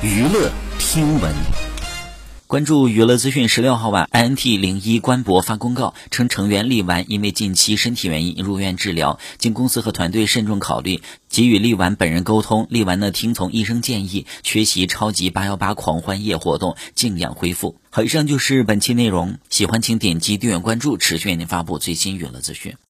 娱乐听闻。关注娱乐资讯，16号晚 ，INT01 官博发公告称，成员力丸因为近期身体原因入院治疗，经公司和团队慎重考虑，给予力丸本人沟通，力丸听从医生建议，缺席超级818狂欢夜活动，静养恢复。好，以上就是本期内容，喜欢请点击订阅关注，持续为您发布最新娱乐资讯。